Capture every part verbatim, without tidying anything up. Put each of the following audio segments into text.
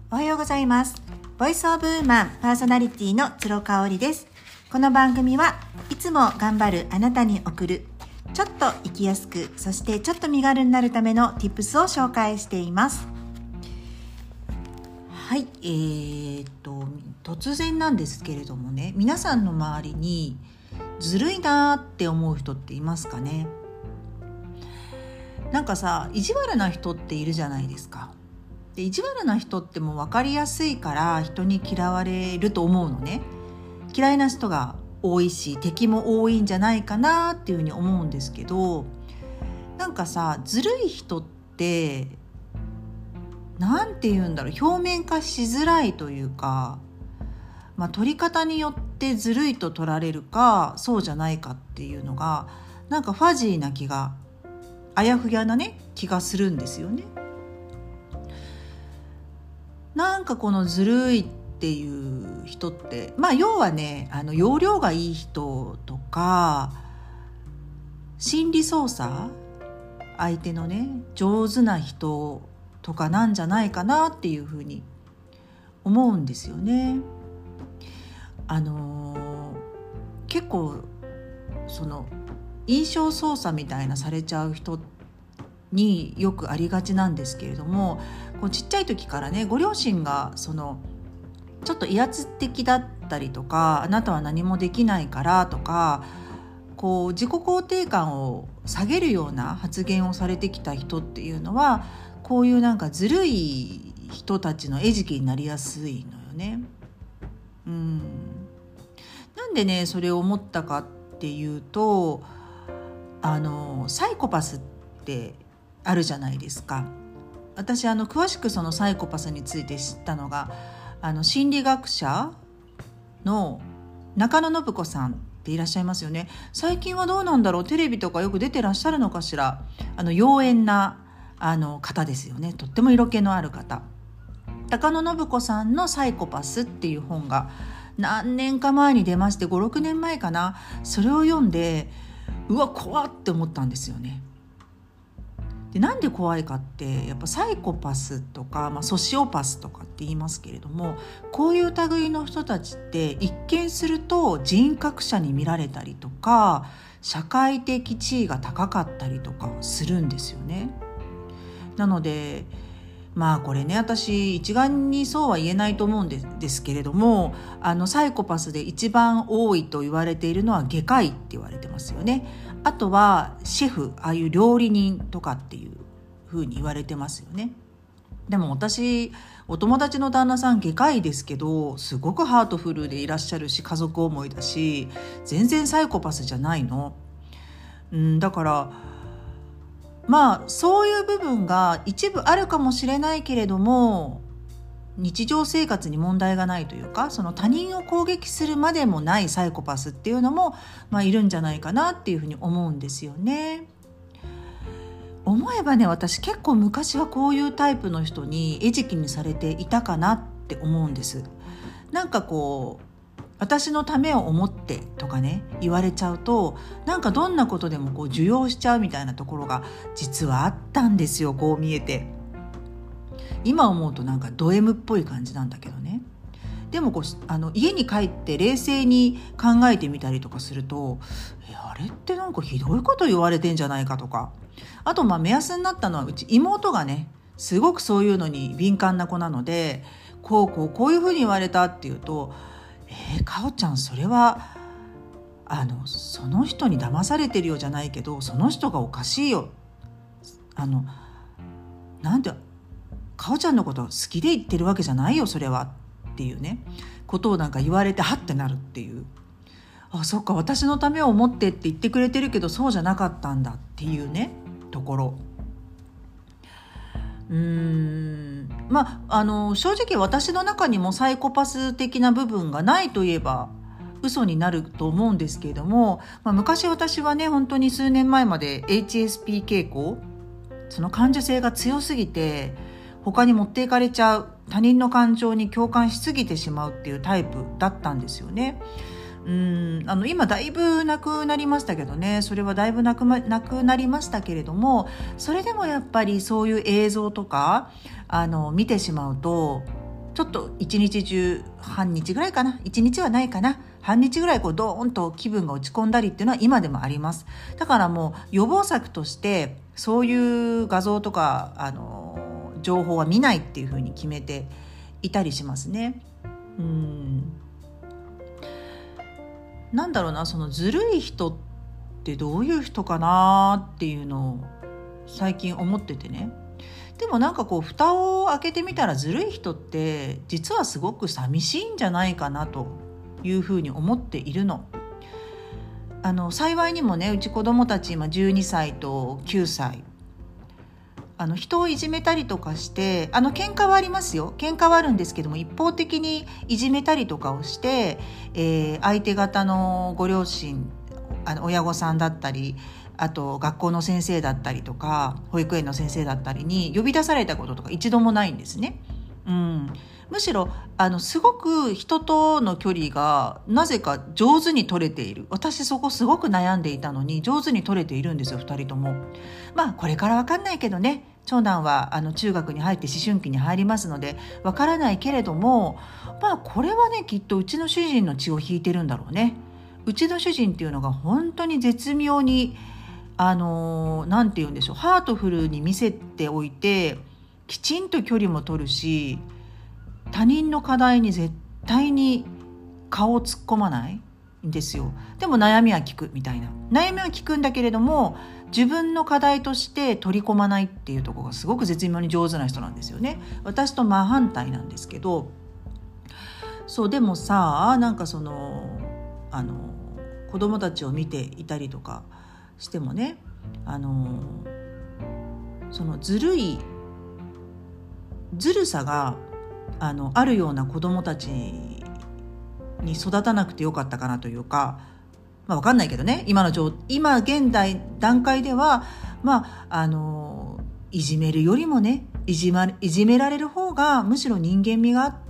おはようございます。ボイスオブウーマンパーソナリティの鶴香織です。この番組はいつも頑張るあなたに送るちょっと生きやすく、そしてちょっと身軽になるための Tips を紹介しています。はい、えー、っと突然なんですけれどもね、皆さんの周りにずるいなって思う人っていますかね。なんかさ、意地悪な人っているじゃないですか。で意地悪な人ってもう分かりやすいから人に嫌われると思うのね。嫌いな人が多いし敵も多いんじゃないかなっていうふうに思うんですけど、なんかさ、ずるい人ってなんて言うんだろう、表面化しづらいというか、まあ、取り方によってずるいと取られるかそうじゃないかっていうのがなんかファジーな気が、あやふやなね気がするんですよね。なんかこのずるいっていう人って、まあ要はね、あの容量がいい人とか心理操作、相手のね上手な人とかなんじゃないかなっていうふうに思うんですよね。あのー、結構その印象操作みたいなされちゃう人によくありがちなんですけれども、こうちっちゃい時からね、ご両親がそのちょっと威圧的だったりとか、あなたは何もできないからとか、こう自己肯定感を下げるような発言をされてきた人っていうのは、こういうなんかずるい人たちの餌食になりやすいのよね。うん。なんでねそれを思ったかっていうと、あのサイコパスってあるじゃないですか。私あの詳しくそのサイコパスについて知ったのが、あの心理学者の中野信子さんっていらっしゃいますよね。最近はどうなんだろう、テレビとかよく出てらっしゃるのかしら。あの妖艶なあの方ですよね。とっても色気のある方。中野信子さんのサイコパスっていう本が何年か前に出まして、ご、ろくねんまえかな。それを読んで、うわ怖って思ったんですよね。でなんで怖いかって、やっぱサイコパスとか、まあ、ソシオパスとかって言いますけれども、こういう類の人たちって一見すると人格者に見られたりとか、社会的地位が高かったりとかするんですよね。なのでまあこれね、私一概にそうは言えないと思うん で, ですけれども、あのサイコパスで一番多いと言われているのは外科医って言われてますよね。あとはシェフ、ああいう料理人とかっていう風に言われてますよね。でも私お友達の旦那さん外科医ですけど、すごくハートフルでいらっしゃるし、家族思いだし、全然サイコパスじゃないの。うんだからまあそういう部分が一部あるかもしれないけれども、日常生活に問題がないというか、その他人を攻撃するまでもないサイコパスっていうのも、まあ、いるんじゃないかなっていうふうに思うんですよね。思えばね、私結構昔はこういうタイプの人に餌食にされていたかなって思うんです。なんかこう私のためを思ってとかね言われちゃうと、なんかどんなことでもこう受容しちゃうみたいなところが実はあったんですよ。こう見えて今思うとなんかド M っぽい感じなんだけどね。でもこうあの家に帰って冷静に考えてみたりとかすると、えあれってなんかひどいこと言われてんじゃないかとか、あとまあ目安になったのはうち妹がねすごくそういうのに敏感な子なので、こうこうこういうふうに言われたっていうと、えー、かおちゃんそれはあのその人に騙されてるよじゃないけど、その人がおかしいよ、あのなんてかおちゃんのこと好きで言ってるわけじゃないよそれはっていうねことをなんか言われてハッてなるっていう、あそっか私のためを思ってって言ってくれてるけどそうじゃなかったんだっていうねところ。うーんまあ、あの正直私の中にもサイコパス的な部分がないといえば嘘になると思うんですけれども、まあ、昔私はね本当に数年前まで エイチエスピー 傾向、その感受性が強すぎて他に持っていかれちゃう、他人の感情に共感しすぎてしまうっていうタイプだったんですよね。うんあの今だいぶなくなりましたけどね、それはだいぶなく、ま、なくなりましたけれども、それでもやっぱりそういう映像とかあの見てしまうとちょっと一日中半日ぐらいかな、一日はないかな、半日ぐらいこうドーンと気分が落ち込んだりっていうのは今でもあります。だからもう予防策としてそういう画像とかあの情報は見ないっていうふうに決めていたりしますね。うーんなんだろうな、そのずるい人ってどういう人かなっていうのを最近思っててね。でもなんかこう蓋を開けてみたら、ずるい人って実はすごく寂しいんじゃないかなというふうに思っているの。あの幸いにもね、うち子供たち今じゅうにさいときゅうさい、あの人をいじめたりとかして、あの喧嘩はありますよ、喧嘩はあるんですけども、一方的にいじめたりとかをして、えー、相手方のご両親、あの親御さんだったり、あと学校の先生だったりとか保育園の先生だったりに呼び出されたこととか一度もないんですね。うん、むしろあのすごく人との距離がなぜか上手に取れている。私そこすごく悩んでいたのに上手に取れているんですよ、ふたりとも。まあこれから分かんないけどね、長男はあの中学に入って思春期に入りますので分からないけれども、まあこれはねきっとうちの主人の血を引いてるんだろうね。うちの主人っていうのが本当に絶妙にあのなんて言うんでしょう、ハートフルに見せておいてきちんと距離も取るし、他人の課題に絶対に顔を突っ込まないんですよ。でも悩みは聞くみたいな、悩みは聞くんだけれども自分の課題として取り込まないっていうところがすごく絶妙に上手な人なんですよね。私と真反対なんですけど、そうでもさ、なんかそのあの子供たちを見ていたりとかしてもね、あのそのずるいずるさがあのあるような子供たちに育たなくてよかったかなというか、まあ、分かんないけどね、今の状今現代段階では、まあ、あのいじめるよりもねいじま、いじめられる方がむしろ人間味があって、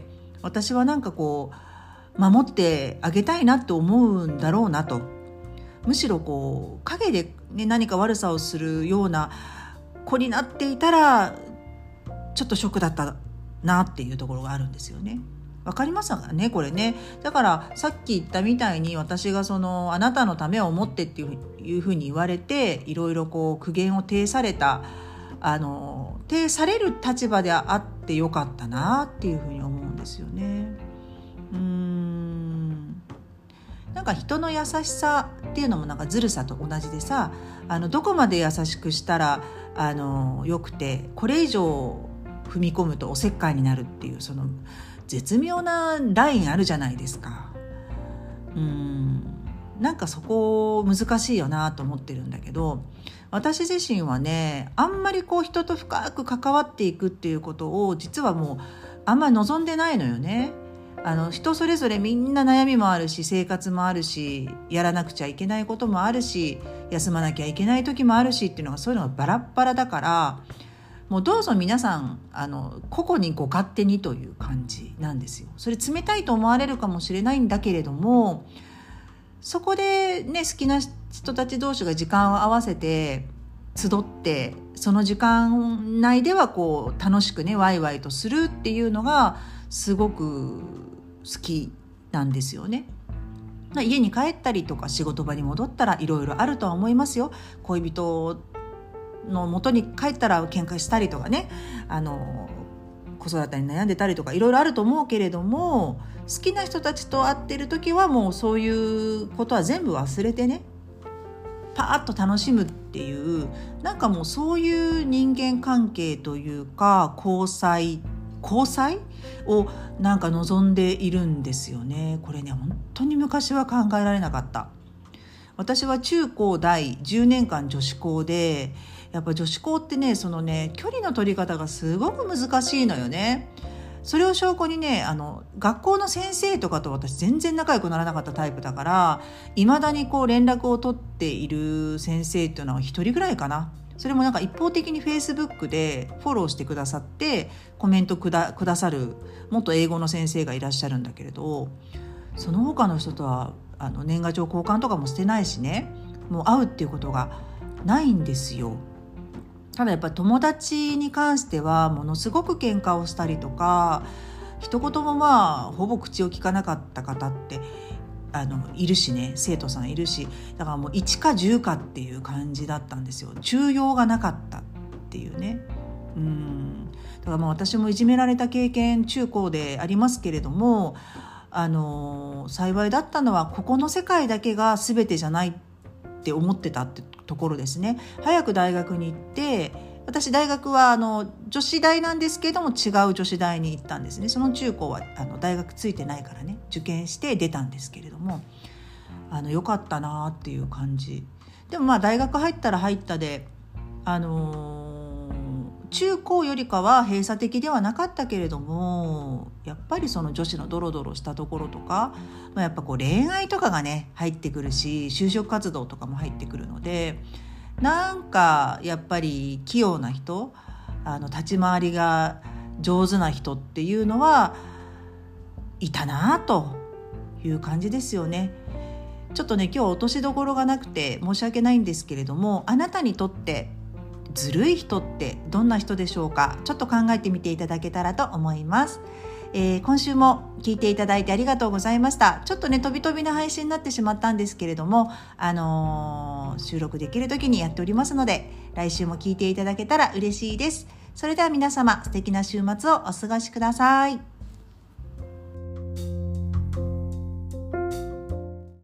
私はなんかこう守ってあげたいなって思うんだろうなと。むしろこう陰で、ね、何か悪さをするような子になっていたらちょっとショックだったなっていうところがあるんですよね。わかりますかね、これね。だからさっき言ったみたいに、私がそのあなたのためを思ってっていう、いうふうに言われて、いろいろこう苦言を呈された、あの呈される立場であってよかったなっていうふうに思うんですよね。うーんなんか人の優しさっていうのもなんかずるさと同じでさ、あのどこまで優しくしたらあのよくて、これ以上踏み込むとおせっかいになるっていう、その絶妙なラインあるじゃないですか。うーんなんかそこ難しいよなと思ってるんだけど、私自身はね、あんまりこう人と深く関わっていくっていうことを実はもうあんまり望んでないのよね。あの人それぞれみんな悩みもあるし、生活もあるし、やらなくちゃいけないこともあるし、休まなきゃいけない時もあるしっていうのが、そういうのがバラッバラだから、もうどうぞ皆さんあの個々にご勝手にという感じなんですよ。それ冷たいと思われるかもしれないんだけれども、そこでね、好きな人たち同士が時間を合わせて集って、その時間内ではこう楽しくねワイワイとするっていうのがすごく好きなんですよね。家に帰ったりとか仕事場に戻ったらいろいろあるとは思いますよ。恋人の元に帰ったら喧嘩したりとかね、あの子育てに悩んでたりとかいろいろあると思うけれども、好きな人たちと会ってる時はもうそういうことは全部忘れてね、パーッと楽しむっていう、なんかもうそういう人間関係というか交際交際をなんか望んでいるんですよね。これね本当に昔は考えられなかった。私は中高大じゅうねんかん女子校で、やっぱ女子校ってね、そのね距離の取り方がすごく難しいのよね。それを証拠にね、あの学校の先生とかと私全然仲良くならなかったタイプだから、いまだにこう連絡を取っている先生っていうのは一人ぐらいかな。それもなんか一方的にフェイスブックでフォローしてくださってコメントくだ、くださる元英語の先生がいらっしゃるんだけれど、その他の人とはあの年賀状交換とかもしてないしね、もう会うっていうことがないんですよ。ただやっぱり友達に関してはものすごく喧嘩をしたりとか、 一言もまあほぼ口を聞かなかった方ってあのいるしね、生徒さんいるし、だからもういちかじゅうかっていう感じだったんですよ。中庸がなかったっていうね。うんだからまあ私もいじめられた経験中高でありますけれども、あの幸いだったのはここの世界だけが全てじゃないって思ってたってところですね。早く大学に行って、私大学はあの女子大なんですけれども違う女子大に行ったんですね。その中高はあの大学ついてないからね、受験して出たんですけれども、あのよかったなっていう感じでもまあ大学入ったら入ったで、あのー中高よりかは閉鎖的ではなかったけれども、やっぱりその女子のドロドロしたところとか、まあ、やっぱこう恋愛とかがね入ってくるし、就職活動とかも入ってくるので、なんかやっぱり器用な人、あの立ち回りが上手な人っていうのはいたなという感じですよね。ちょっとね今日落としどころがなくて申し訳ないんですけれども、あなたにとってずるい人ってどんな人でしょうか。ちょっと考えてみていただけたらと思います。えー、今週も聞いていただいてありがとうございました。ちょっとね飛び飛びな配信になってしまったんですけれども、あのー、収録できる時にやっておりますので、来週も聞いていただけたら嬉しいです。それでは皆様、素敵な週末をお過ごしください。